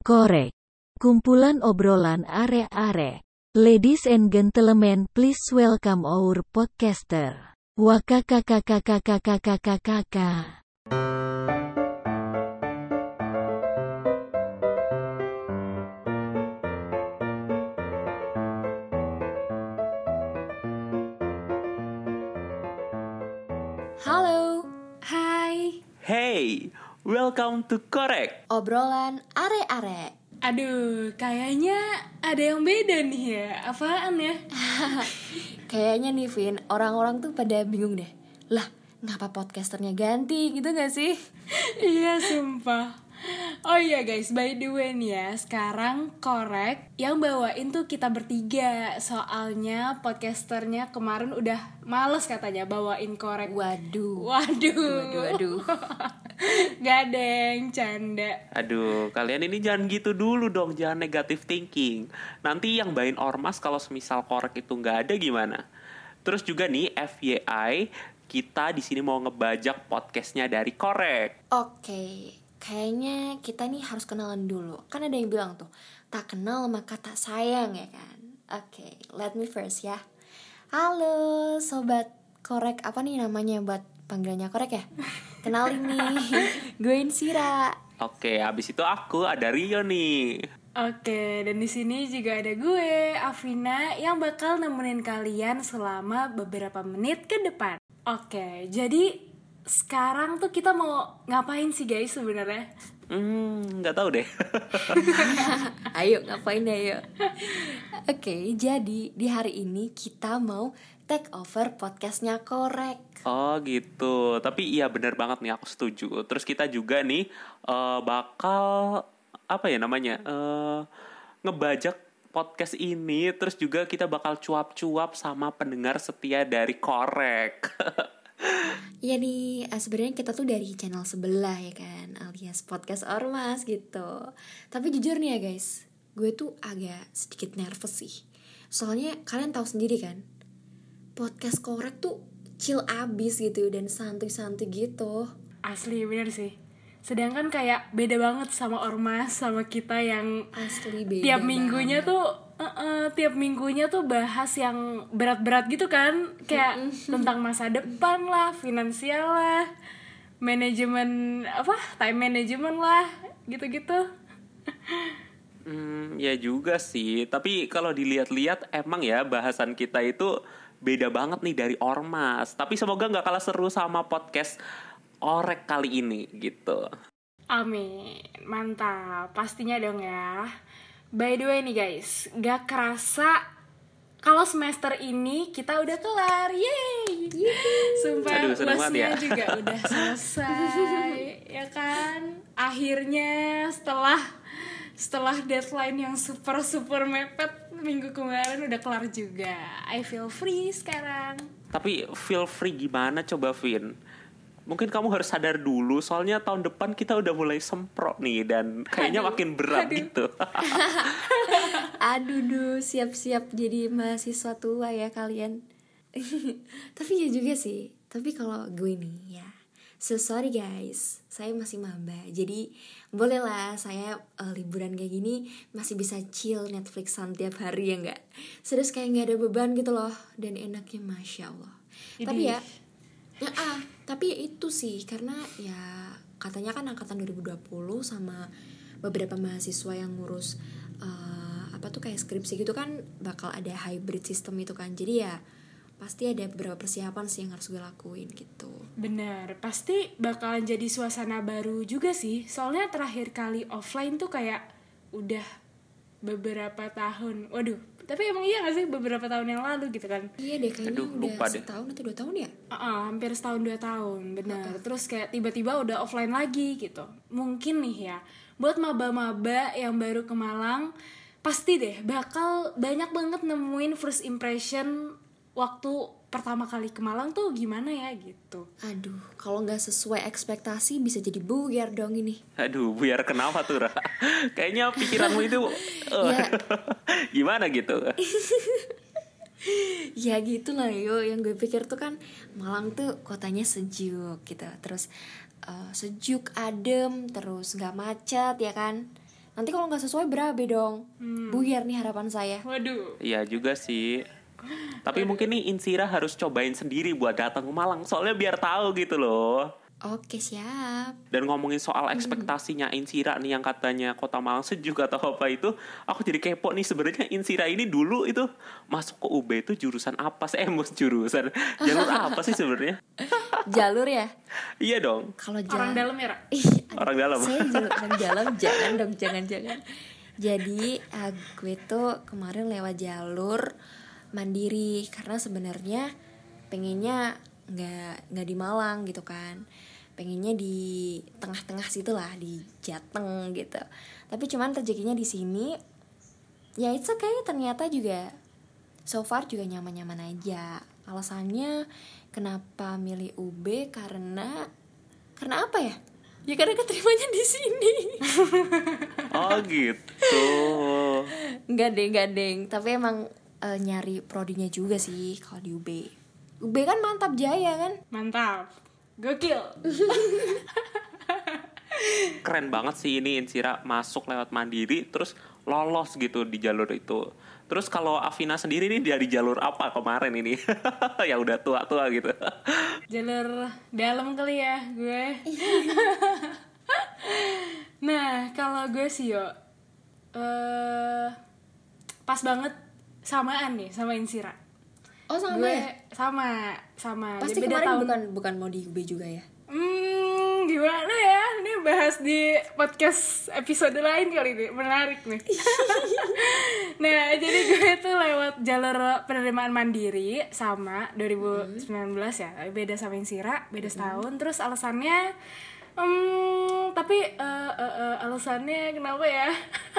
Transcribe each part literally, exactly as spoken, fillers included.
Korek. Kumpulan obrolan are-are. Ladies and gentlemen, please welcome our podcaster. Wakakakakakakakakakakaka. Halo, hai. Hey, welcome to Korek. Obrolan are-are. Aduh, kayaknya ada yang beda nih ya. Apaan ya? Kayaknya nih Vin, orang-orang tuh pada bingung deh. Lah, ngapa podcasternya ganti gitu gak sih? Iya, sumpah. Oh iya guys, by the way nih ya, sekarang Korek yang bawain tuh kita bertiga. Soalnya podcasternya kemarin udah males katanya bawain Korek. Waduh. Waduh. Waduh, waduh. Gak deng, canda. Aduh, kalian ini jangan gitu dulu dong, jangan negative thinking. Nanti yang bawain ormas kalau semisal Korek itu nggak ada gimana? Terus juga nih, F Y I, kita di sini mau ngebajak podcastnya dari Korek. Oke, kayaknya kita nih harus kenalan dulu. Kan ada yang bilang tuh, tak kenal maka tak sayang ya kan? Oke, let me first ya. Halo sobat Korek, apa nih namanya buat panggilannya Korek ya? Kenalin nih, gue Insira. Oke, abis itu aku ada Rio nih. Oke, dan di sini juga ada gue, Afina, yang bakal nemenin kalian selama beberapa menit ke depan. Oke, jadi sekarang tuh kita mau ngapain sih guys sebenarnya? Hmm, nggak tahu deh. Ayo ngapain deh yuk. Oke, jadi di hari ini kita mau take over podcastnya Korek. Oh gitu, tapi iya benar banget nih, aku setuju. Terus kita juga nih uh, bakal apa ya namanya uh, ngebajak podcast ini. Terus juga kita bakal cuap-cuap sama pendengar setia dari Korek. Ya nih, sebenarnya kita tuh dari channel sebelah ya kan, alias podcast Ormas gitu. Tapi jujur nih ya guys, gue tuh agak sedikit nervous sih. Soalnya kalian tahu sendiri kan, podcast Korek tuh chill abis gitu dan santuy-santuy gitu. Asli bener sih. Sedangkan kayak beda banget sama Ormas, sama kita yang asli beda tiap minggunya banget. tuh uh, uh, tiap minggunya tuh bahas yang berat-berat gitu kan, kayak tentang masa depan lah, finansial lah, manajemen apa, time management lah, gitu-gitu. Hmm, ya juga sih. Tapi kalau dilihat-lihat emang ya bahasan kita itu beda banget nih dari Ormas. Tapi semoga gak kalah seru sama podcast Korek kali ini gitu. Amin, mantap, pastinya dong ya. By the way nih guys, gak kerasa kalau semester ini kita udah kelar, yeay. Sumpah Aduh, seneng banget uasnya ya. juga udah selesai, ya kan. Akhirnya setelah setelah deadline yang super super mepet minggu kemarin udah kelar juga. I feel free sekarang. Tapi feel free gimana coba Vin? Mungkin kamu harus sadar dulu, soalnya tahun depan kita udah mulai semprot nih dan kayaknya Aduh, makin berat aduh. gitu. Aduh duh, siap-siap jadi mahasiswa tua ya kalian. Tapi ya juga sih, tapi kalau gue nih ya, so sorry guys, saya masih maba. Jadi bolehlah saya uh, liburan kayak gini masih bisa chill Netflixan tiap hari ya nggak? Serius kayak nggak ada beban gitu loh, dan enaknya masya Allah. Idih. Tapi ya, ya ah, tapi ya itu sih karena ya katanya kan angkatan dua ribu dua puluh sama beberapa mahasiswa yang ngurus uh, apa tuh kayak skripsi gitu kan bakal ada hybrid system itu kan. Jadi ya pasti ada beberapa persiapan sih yang harus gue lakuin gitu. Bener, pasti bakalan jadi suasana baru juga sih. Soalnya terakhir kali offline tuh kayak udah beberapa tahun. Waduh, tapi emang iya gak sih beberapa tahun yang lalu gitu kan? Iya deh, kayaknya Aduh, udah lupa deh. setahun atau dua tahun ya. Uh-uh, hampir setahun dua tahun, bener. Terus kayak tiba-tiba udah offline lagi gitu. Mungkin nih ya, buat maba-maba yang baru ke Malang, pasti deh bakal banyak banget nemuin first impression waktu pertama kali ke Malang tuh gimana ya gitu. Aduh, kalau nggak sesuai ekspektasi bisa jadi buyar dong ini. Aduh, biar kenapa tuh Ra? Kayaknya pikiranmu itu uh, Ya. gimana gitu. Ya gitu lah yo, yang gue pikir tuh kan Malang tuh kotanya sejuk gitu. Terus uh, sejuk, adem, terus nggak macet ya kan. Nanti kalau nggak sesuai berabe dong. Hmm. Buyar nih harapan saya. Waduh. Iya juga sih. Tapi mungkin nih Insira harus cobain sendiri buat datang ke Malang. Soalnya biar tahu gitu loh. Oke, siap. Dan ngomongin soal ekspektasinya Insira nih yang katanya Kota Malang sejuk atau apa itu, aku jadi kepo nih sebenarnya Insira ini dulu itu masuk ke U B itu jurusan apa sih? Eh, jurusan jalur apa sih sebenarnya? Jalur ya? Iya dong. Kalau orang dalam ya, Ra? Ih, orang dalam. Saya jalur orang dalam, jangan dong, jangan-jangan. Jadi uh, gue tuh kemarin lewat jalur mandiri karena sebenarnya pengennya nggak nggak di Malang gitu kan, pengennya di tengah-tengah situ lah, di Jateng gitu. Tapi cuman rezekinya di sini, ya it's okay, ternyata juga so far juga nyaman-nyaman aja. Alasannya kenapa milih U B karena karena apa ya? Ya karena keterimanya di sini. Oh gitu. Enggak deng, enggak deng. Tapi emang uh, nyari prodinya juga sih kalau di U B. U B kan mantap jaya kan? Mantap. Gokil. Keren banget sih ini Insira masuk lewat mandiri terus lolos gitu di jalur itu. Terus kalau Afina sendiri nih dari jalur apa kemarin ini? Ya udah tua-tua gitu. Jalur dalam kali ya gue. Nah, kalau gue sih yo uh, pas banget samaan nih sama Insira. Oh sama gue, ya? Sama, sama. Pasti beda kemarin tahun. bukan bukan mau di U B juga ya? Hmm, gimana ya? Ini bahas di podcast episode lain kali ini. Menarik nih. Nah, jadi gue tuh lewat jalur penerimaan mandiri sama dua ribu sembilan belas ya. Beda sama Insira, beda setahun. Terus alasannya Hmm, tapi uh, uh, uh, alasannya kenapa ya?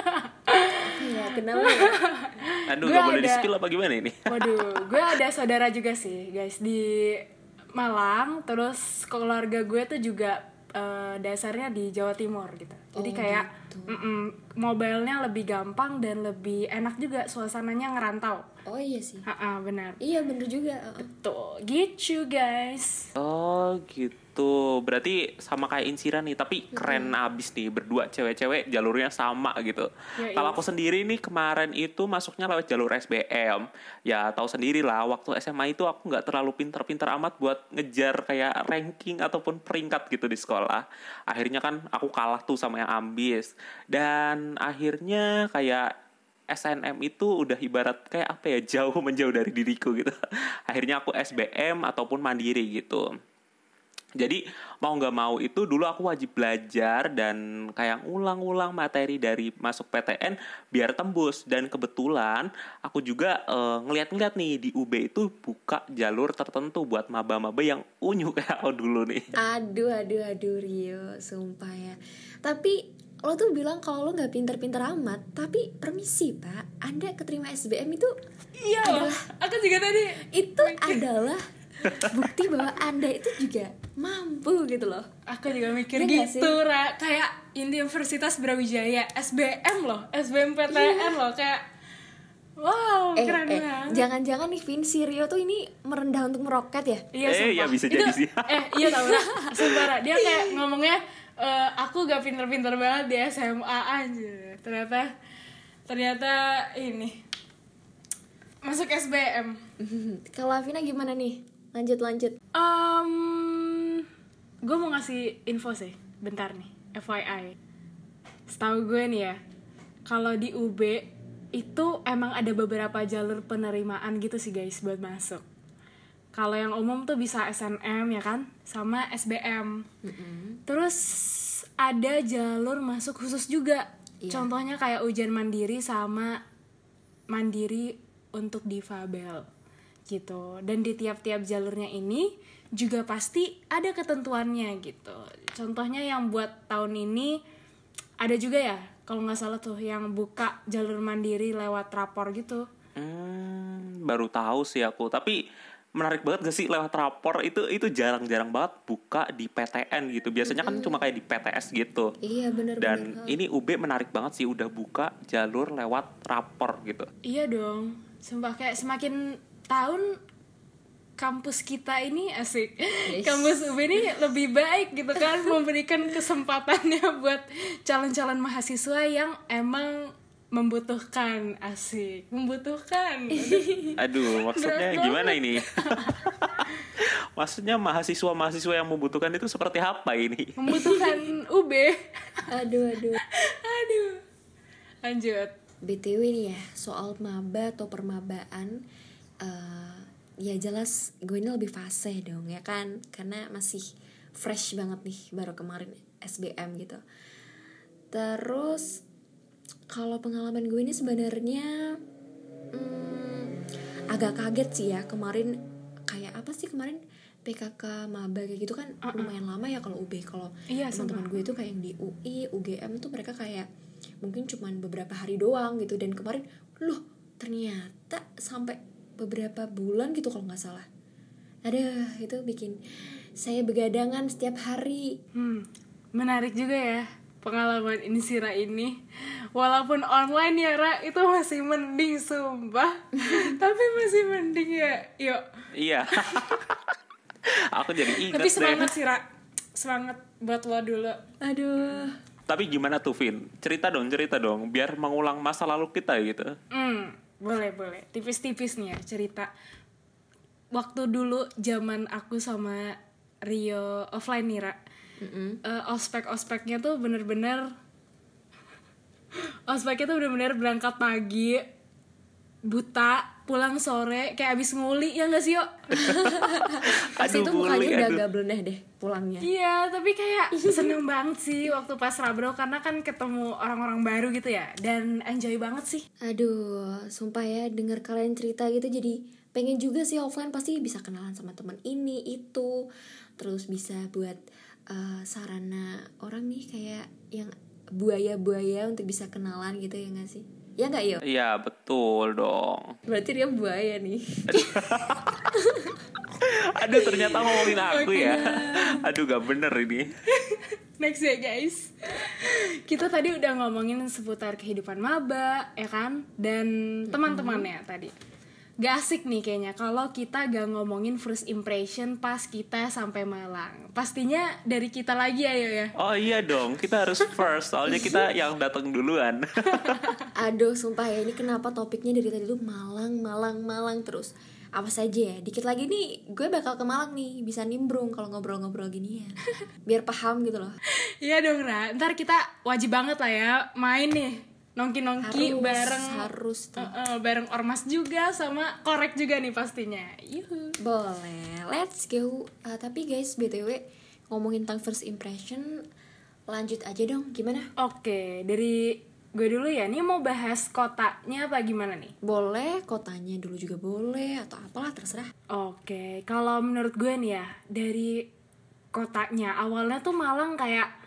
Iya, kenapa ya? Aduh, gak boleh di-spill apa gimana ini? Waduh, gue ada saudara juga sih, guys, di Malang. Terus keluarga gue tuh juga uh, dasarnya di Jawa Timur gitu. Jadi Oh, kayak gitu. mobilenya lebih gampang dan lebih enak juga suasananya ngerantau. Oh iya sih. Ha-ha, benar. Iya bener juga. Tuh, gitu guys. Oh gitu. Berarti sama kayak Insira nih, tapi keren abis nih berdua cewek-cewek jalurnya sama gitu. Ya, Kalau iya. aku sendiri nih kemarin itu masuknya lewat jalur S B M. Ya tahu sendiri lah, waktu S M A itu aku nggak terlalu pinter-pinter amat buat ngejar kayak ranking ataupun peringkat gitu di sekolah. Akhirnya kan aku kalah tuh sama yang ambis. Dan akhirnya kayak S N M itu udah ibarat kayak apa ya, jauh menjauh dari diriku gitu. Akhirnya aku S B M ataupun mandiri gitu. Jadi mau gak mau itu dulu aku wajib belajar dan kayak ulang-ulang materi dari masuk P T N biar tembus. Dan kebetulan aku juga e, ngeliat-ngeliat nih di U B itu buka jalur tertentu buat maba-maba yang unyu kayak aku dulu nih. Aduh aduh aduh Rio, sumpah ya. Tapi lo tuh bilang kalau lo gak pinter-pinter amat, tapi permisi pak, Anda keterima S B M itu Iya, adalah, aku juga tadi itu adalah bukti bahwa Anda itu juga mampu gitu loh. Aku juga mikir Ya gitu, Ra. Kayak Universitas Brawijaya, S B M loh, S B M P T N Iya. loh, kayak wow, Eh, keren eh banget. jangan-jangan nih Vinci Rio tuh ini merendah untuk meroket ya? Iya, Eh, sumpah. ya bisa Itu- jadi sih. Eh, iya tau Ra. Sumpah, Ra. Dia kayak ngomongnya e, aku gak pinter-pinter banget di S M A aja. Ternyata ternyata ini masuk S B M. Kalau Avina gimana nih? Lanjut-lanjut. Um, gue mau ngasih info sih, bentar nih, F Y I. Setahu gue nih ya, kalau di U B itu emang ada beberapa jalur penerimaan gitu sih guys buat masuk. Kalau yang umum tuh bisa S N M ya kan, sama S B M. Mm-mm. Terus ada jalur masuk khusus juga. Iya. Contohnya kayak ujian mandiri sama mandiri untuk difabel gitu. Dan di tiap-tiap jalurnya ini juga pasti ada ketentuannya gitu. Contohnya yang buat tahun ini ada juga ya, kalau nggak salah tuh yang buka jalur mandiri lewat rapor gitu. Hmm, baru tahu sih aku. Tapi menarik banget gak sih lewat rapor itu itu jarang-jarang banget buka di P T N gitu. Biasanya kan cuma kayak di P T S gitu. Iya bener-bener. Dan ini U B menarik banget sih udah buka jalur lewat rapor gitu. Iya dong, sumpah kayak semakin tahun kampus kita ini asik. Kampus U B ini lebih baik gitu kan, memberikan kesempatannya buat calon-calon mahasiswa yang emang membutuhkan, asik, membutuhkan. Aduh, maksudnya gimana ini? Maksudnya mahasiswa-mahasiswa yang membutuhkan itu seperti apa ini? Membutuhkan U B. Aduh aduh. Aduh. Lanjut. B T W nih ya, soal maba atau permabaan, uh, ya jelas gue ini lebih fase dong ya kan, karena masih fresh banget nih, baru kemarin S B M gitu. Terus kalau pengalaman gue ini sebenarnya hmm, agak kaget sih ya, kemarin kayak apa sih kemarin P K K maba kayak gitu kan uh-uh. lumayan lama ya kalau U B. Kalau iya, teman-teman gue itu kayak yang di U I, U G M tuh mereka kayak mungkin cuman beberapa hari doang gitu, dan kemarin loh ternyata sampai beberapa bulan gitu kalau nggak salah. Aduh, itu bikin saya begadangan setiap hari. Hmm, menarik juga ya pengalaman ini si Ra ini. Walaupun online ya Ra, itu masih mending sumpah. Tapi masih mending ya, yuk. Iya. Aku jadi ingat. Tapi semangat deh. sih Ra, semangat buat lo dulu. Aduh. Tapi gimana tuh Vin? Cerita dong, cerita dong, biar mengulang masa lalu kita gitu. Hmm, boleh boleh. Tipis-tipis nih ya cerita. Waktu dulu zaman aku sama Rio offline nih Ra, uh, ospek-ospeknya tuh bener-bener ospeknya tuh bener-bener berangkat pagi, buta, pulang sore, kayak abis nguli, ya gak sih yuk? Pas Aduh, itu mukanya bully, udah aduh. agak beleneh deh pulangnya. Iya, tapi kayak seneng banget sih waktu pas Rabro, karena kan ketemu orang-orang baru gitu ya, dan enjoy banget sih. Aduh, sumpah ya denger kalian cerita gitu jadi pengen juga sih offline, pasti bisa kenalan sama teman ini itu, terus bisa buat uh, sarana orang nih kayak yang buaya-buaya untuk bisa kenalan gitu ya nggak sih? Ya nggak yo? Iya betul dong. Berarti dia buaya nih. Aduh ternyata ngomongin aku ya. Aduh gak bener ini. Next ya guys. Kita tadi udah ngomongin seputar kehidupan maba ya kan, dan teman-temannya tadi. Gak asik nih kayaknya kalau kita gak ngomongin first impression pas kita sampai Malang. Pastinya dari kita lagi ayo ya. Oh iya dong, kita harus first, soalnya kita yang datang duluan. Aduh sumpah ya, ini kenapa topiknya dari tadi tuh Malang, Malang, Malang terus. Apa saja ya, dikit lagi nih gue bakal ke Malang nih, bisa nimbrung kalau ngobrol-ngobrol gini ya, biar paham gitu loh. Iya dong Ra, ntar kita wajib banget lah ya main nih nongki-nongki Harus, bareng harus tuh. uh, uh, bareng ormas juga sama korek juga nih pastinya. Yuhu. Boleh, let's go. Uh, tapi guys, B T W ngomongin tentang first impression, lanjut aja dong, gimana? Oke, dari gue dulu ya. Ini mau bahas kotanya apa gimana nih? Boleh, kotanya dulu juga boleh, atau apalah terserah. Oke, kalau menurut gue nih ya, dari kotanya awalnya tuh Malang kayak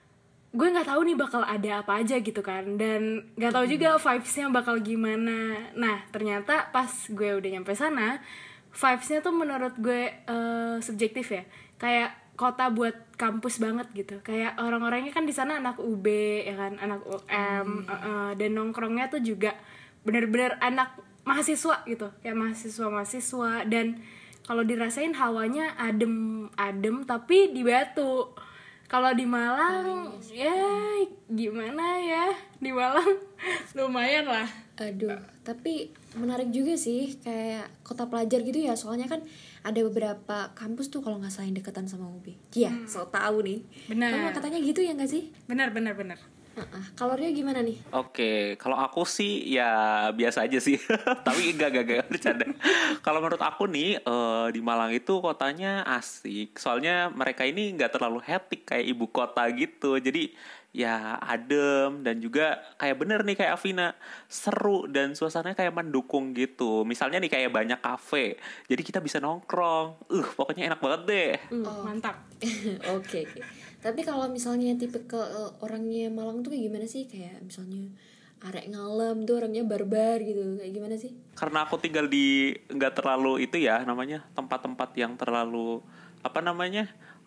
gue nggak tahu nih bakal ada apa aja gitu kan, dan nggak tahu juga vibes-nya bakal gimana. Nah ternyata pas gue udah nyampe sana, vibes-nya tuh menurut gue uh, subjektif ya, kayak kota buat kampus banget gitu. Kayak orang-orangnya kan di sana anak U B ya kan, anak U M, hmm. uh, uh, dan nongkrongnya tuh juga bener-bener anak mahasiswa gitu, kayak mahasiswa-mahasiswa. Dan kalau dirasain hawanya adem adem tapi di Batu. Kalau di Malang, oh, yes. ya gimana ya, di Malang lumayan lah. Aduh, tapi menarik juga sih, kayak kota pelajar gitu ya. Soalnya kan ada beberapa kampus tuh kalau nggak salah yang deketan sama U B. Iya, hmm. so tahu nih. Benar. Kan katanya gitu ya nggak sih? Benar, benar, benar. Uh-uh. Kalau Rio gimana nih? Oke, kalau aku sih ya biasa aja sih. Tapi enggak, enggak, enggak bercanda. Kalau menurut aku nih uh, di Malang itu kotanya asik. Soalnya mereka ini enggak terlalu hektik kayak ibu kota gitu. Jadi ya adem, dan juga kayak bener nih kayak Afina, seru dan suasananya kayak mendukung gitu. Misalnya nih kayak banyak kafe, jadi kita bisa nongkrong. Uh, pokoknya enak banget deh. Oh, mantap. Oke. Okay. Tapi kalau misalnya tipe ke uh, orangnya Malang tuh kayak gimana sih? Kayak misalnya arek ngalem tuh orangnya barbar gitu, kayak gimana sih? Karena aku tinggal di nggak terlalu itu ya namanya, tempat-tempat yang terlalu apa namanya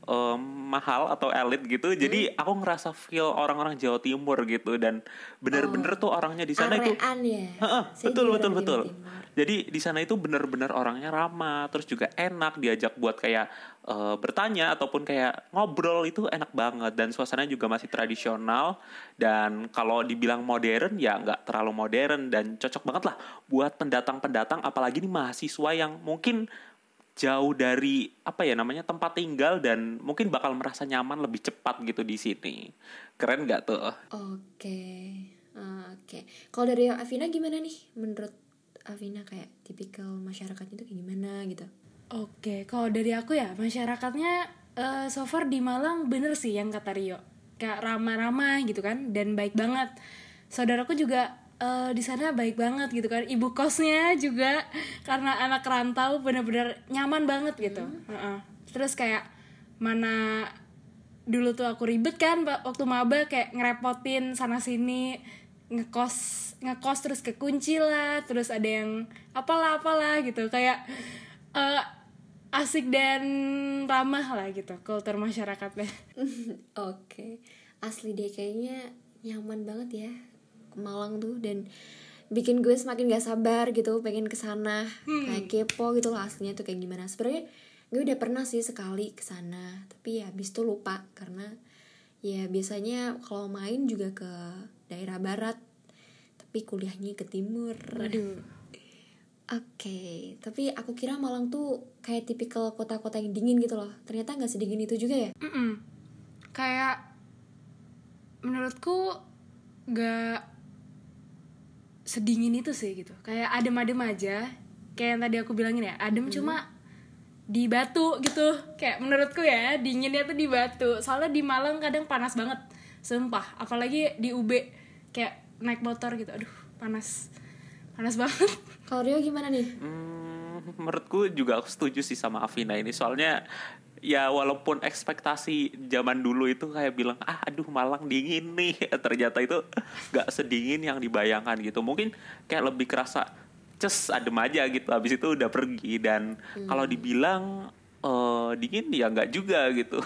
um, mahal atau elit gitu. Jadi Hmm. aku ngerasa feel orang-orang Jawa Timur gitu, dan bener-bener tuh orangnya di sana itu Arean ya. Heeh, Saya betul juga betul orang betul. Jawa Timur. Jadi di sana itu benar-benar orangnya ramah, terus juga enak diajak buat kayak eh, bertanya ataupun kayak ngobrol, itu enak banget, dan suasananya juga masih tradisional, dan kalau dibilang modern ya nggak terlalu modern, dan cocok banget lah buat pendatang-pendatang, apalagi nih mahasiswa yang mungkin jauh dari apa ya namanya tempat tinggal dan mungkin bakal merasa nyaman lebih cepat gitu di sini. Keren nggak tuh? Oke. Ah, Oke. Kalau dari Avina gimana nih? Menurut Avina kayak tipikal masyarakatnya itu kayak gimana gitu? Oke, kalau dari aku ya masyarakatnya eh, so far di Malang bener sih yang kata Rio, kayak ramah-ramah gitu kan, dan baik banget. Saudaraku juga eh, di sana baik banget gitu kan, ibu kosnya juga karena anak rantau bener-bener nyaman banget gitu. Heeh. Terus kayak mana dulu tuh aku ribet kan Pak, waktu maba kayak ngerepotin sana sini, ngekos ngekos terus kekunci lah, terus ada yang apalah apalah gitu, kayak eh, asik dan ramah lah gitu kultur masyarakatnya. Oke. Asli deh kayaknya nyaman banget ya ke Malang tuh, dan bikin gue semakin gak sabar gitu pengen kesana. Kayak kepo gitu loh aslinya tuh kayak gimana. Sebenarnya gue udah pernah sih sekali kesana, tapi ya habis itu lupa karena ya biasanya kalau main juga ke daerah barat, tapi kuliahnya ke timur. Waduh. Oke, tapi aku kira Malang tuh kayak tipikal kota-kota yang dingin gitu loh. Ternyata nggak sedingin itu juga ya? Mm-mm. Kayak menurutku gak sedingin itu sih gitu, kayak adem-adem aja, kayak yang tadi aku bilangin ya, adem cuma di Batu gitu. Kayak menurutku ya dinginnya tuh di Batu, soalnya di Malang kadang panas banget sumpah, apalagi di U B kayak naik motor gitu, aduh panas panas banget. Kalau Rio gimana nih? Hmm, menurutku juga aku setuju sih sama Avina ini, soalnya ya walaupun ekspektasi zaman dulu itu kayak bilang ah aduh Malang dingin nih, ternyata itu gak sedingin yang dibayangkan gitu. Mungkin kayak lebih kerasa ces adem aja gitu, habis itu udah pergi, dan hmm. kalau dibilang uh, dingin ya nggak juga gitu.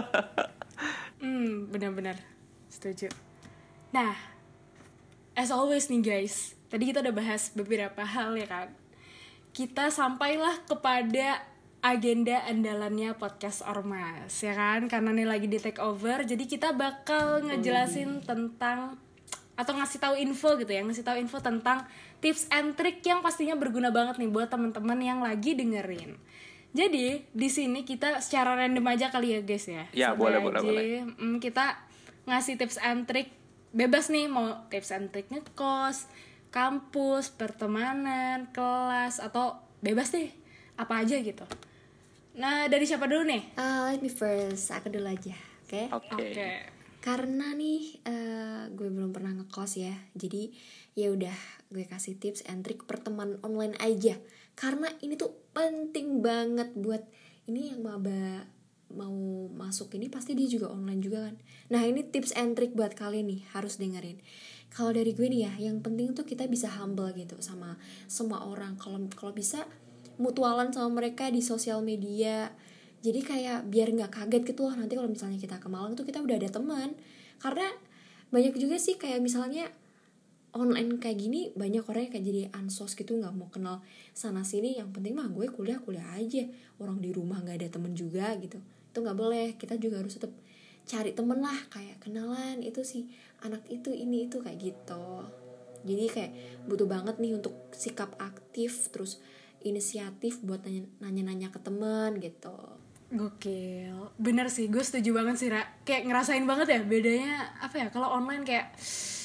Hmm, benar-benar setuju. Nah, as always nih guys, tadi kita udah bahas beberapa hal ya kan. Kita sampailah kepada agenda andalannya podcast Ormas ya kan, karena nih lagi di take over, jadi kita bakal ngejelasin tentang atau ngasih tahu info gitu ya, ngasih tahu info tentang tips and trick yang pastinya berguna banget nih buat teman-teman yang lagi dengerin. Jadi di sini kita secara random aja kali ya guys ya. Ya, Santai boleh, boleh, aja. boleh. Hmm, kita ngasih tips and trick bebas nih, mau tips and trick ngekos, kampus, pertemanan, kelas, atau bebas deh, apa aja gitu. Nah, dari siapa dulu nih? Uh, let me first, aku dulu aja, oke? Okay? Oke. Oke. Okay. Karena nih uh, gue belum pernah ngekos ya, jadi ya udah gue kasih tips and trick pertemanan online aja. Karena ini tuh penting banget buat ini yang maba mau masuk ini, pasti dia juga online juga kan. Nah ini tips and trick buat kalian nih, harus dengerin. Kalau dari gue nih ya, yang penting tuh kita bisa humble gitu sama semua orang. Kalau kalau bisa mutualan sama mereka di sosial media. Jadi kayak biar nggak kaget gitu loh nanti kalau misalnya kita ke Malang tuh kita udah ada teman. Karena banyak juga sih kayak misalnya online kayak gini banyak orang yang kayak jadi ansos gitu, nggak mau kenal sana sini. Yang penting mah gue kuliah kuliah aja. Orang di rumah nggak ada temen juga gitu. Itu nggak boleh. Kita juga harus tetap cari temen lah, kayak kenalan itu sih anak itu ini itu kayak gitu. Jadi kayak butuh banget nih untuk sikap aktif terus inisiatif buat nanya, nanya-nanya ke teman gitu. Gokil, bener sih, gue setuju banget sih Ra. Kayak ngerasain banget ya bedanya apa ya, kalau online kayak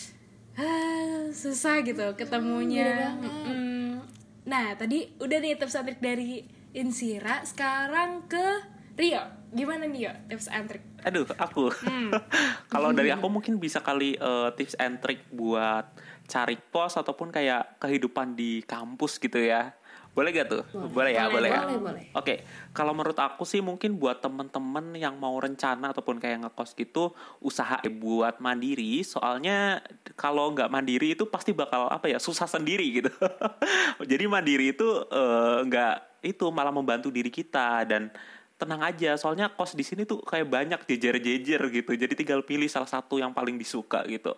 ah, susah gitu ketemunya. Mm-mm. Nah tadi udah nih tips and trick dari Insira, sekarang ke Rio. Gimana nih Yo tips and trick? Aduh, aku. Hmm. Kalau dari aku mungkin bisa kali uh, tips and trick buat cari kos ataupun kayak kehidupan di kampus gitu ya. Boleh gak tuh? Boleh, boleh ya, boleh, boleh ya. Boleh, boleh. Oke, kalau menurut aku sih mungkin buat temen-temen yang mau rencana ataupun kayak ngekos gitu, usaha buat mandiri. Soalnya kalau nggak mandiri itu pasti bakal apa ya, susah sendiri gitu. Jadi mandiri itu uh, nggak itu malah membantu diri kita, dan tenang aja, soalnya kos di sini tuh kayak banyak jejer-jejer gitu, jadi tinggal pilih salah satu yang paling disuka gitu.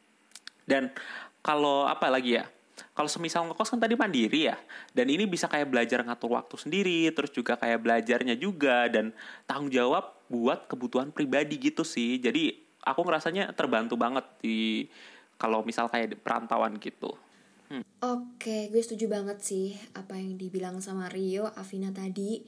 Dan kalau apa lagi ya, kalau semisal ngekos kan tadi mandiri ya, dan ini bisa kayak belajar ngatur waktu sendiri, terus juga kayak belajarnya juga, dan tanggung jawab buat kebutuhan pribadi gitu sih. Jadi aku ngerasanya terbantu banget di kalau misal kayak di perantauan gitu. Hmm. Oke, gue setuju banget sih apa yang dibilang sama Rio, Afina tadi.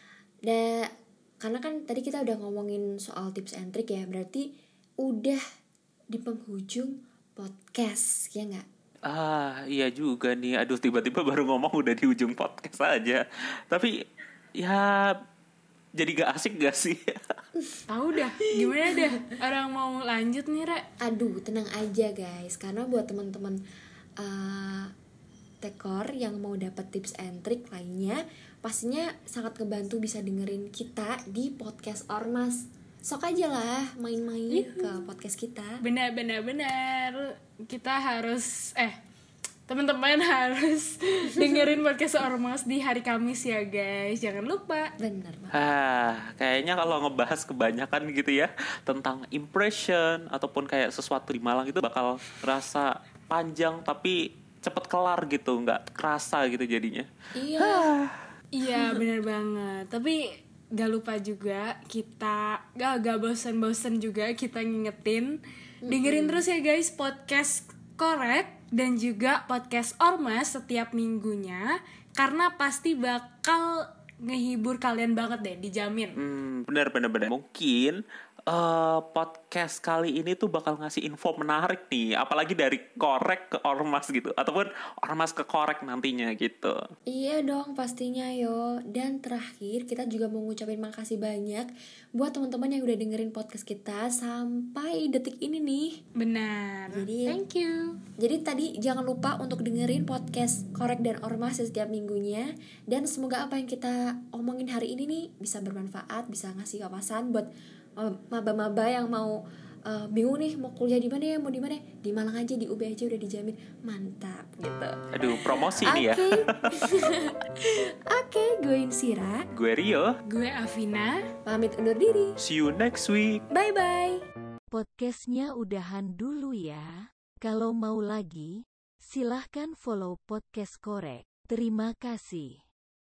Dan karena kan tadi kita udah ngomongin soal tips and trick ya, berarti udah di penghujung podcast, ya nggak? Ah, iya juga nih. Aduh, tiba-tiba baru ngomong udah di ujung podcast aja. Tapi ya jadi gak asik gak sih? Tahu dah, gimana dah? Orang mau lanjut nih, Ra? Aduh, tenang aja guys, karena buat teman-teman uh, tekor yang mau dapat tips and trick lainnya, pastinya sangat kebantu bisa dengerin kita di podcast Ormas. Sok aja lah main-main ke podcast kita. Benar, benar, benar. Kita harus eh teman-teman harus dengerin podcast Ormas di hari Kamis ya guys, jangan lupa. Bener banget. Ah, kayaknya kalau ngebahas kebanyakan gitu ya tentang impression ataupun kayak sesuatu di Malang itu bakal rasa panjang tapi cepet kelar gitu, nggak kerasa gitu jadinya. Iya. Iya, benar banget. Tapi gak lupa juga kita gak, gak bosen-bosen juga kita ngingetin mm-hmm. dengerin terus ya guys podcast Korek dan juga podcast Ormas setiap minggunya, karena pasti bakal ngehibur kalian banget deh, dijamin. Hmm, benar benar benar. Mungkin uh, podcast kali ini tuh bakal ngasih info menarik nih, apalagi dari Korek ke Ormas gitu, ataupun Ormas ke Korek nantinya gitu. Iya dong pastinya yo. Dan terakhir kita juga mau ngucapin makasih banyak buat teman-teman yang udah dengerin podcast kita sampai detik ini nih. Benar. Jadi thank you. Jadi tadi jangan lupa untuk dengerin podcast Korek dan Ormas setiap minggunya. Dan semoga apa yang kita omongin hari ini nih bisa bermanfaat, bisa ngasih wawasan buat maba-maba yang mau uh, bingung nih mau kuliah di mana ya, mau di mana? Di Malang aja, di U B aja udah dijamin mantap gitu. Aduh, promosi nih ya. Oke, okay, gue Insira, gue Rio, gue Afina. Pamit undur diri. See you next week. Bye bye. Podcastnya udahan dulu ya. Kalau mau lagi, silahkan follow podcast Korek. Terima kasih.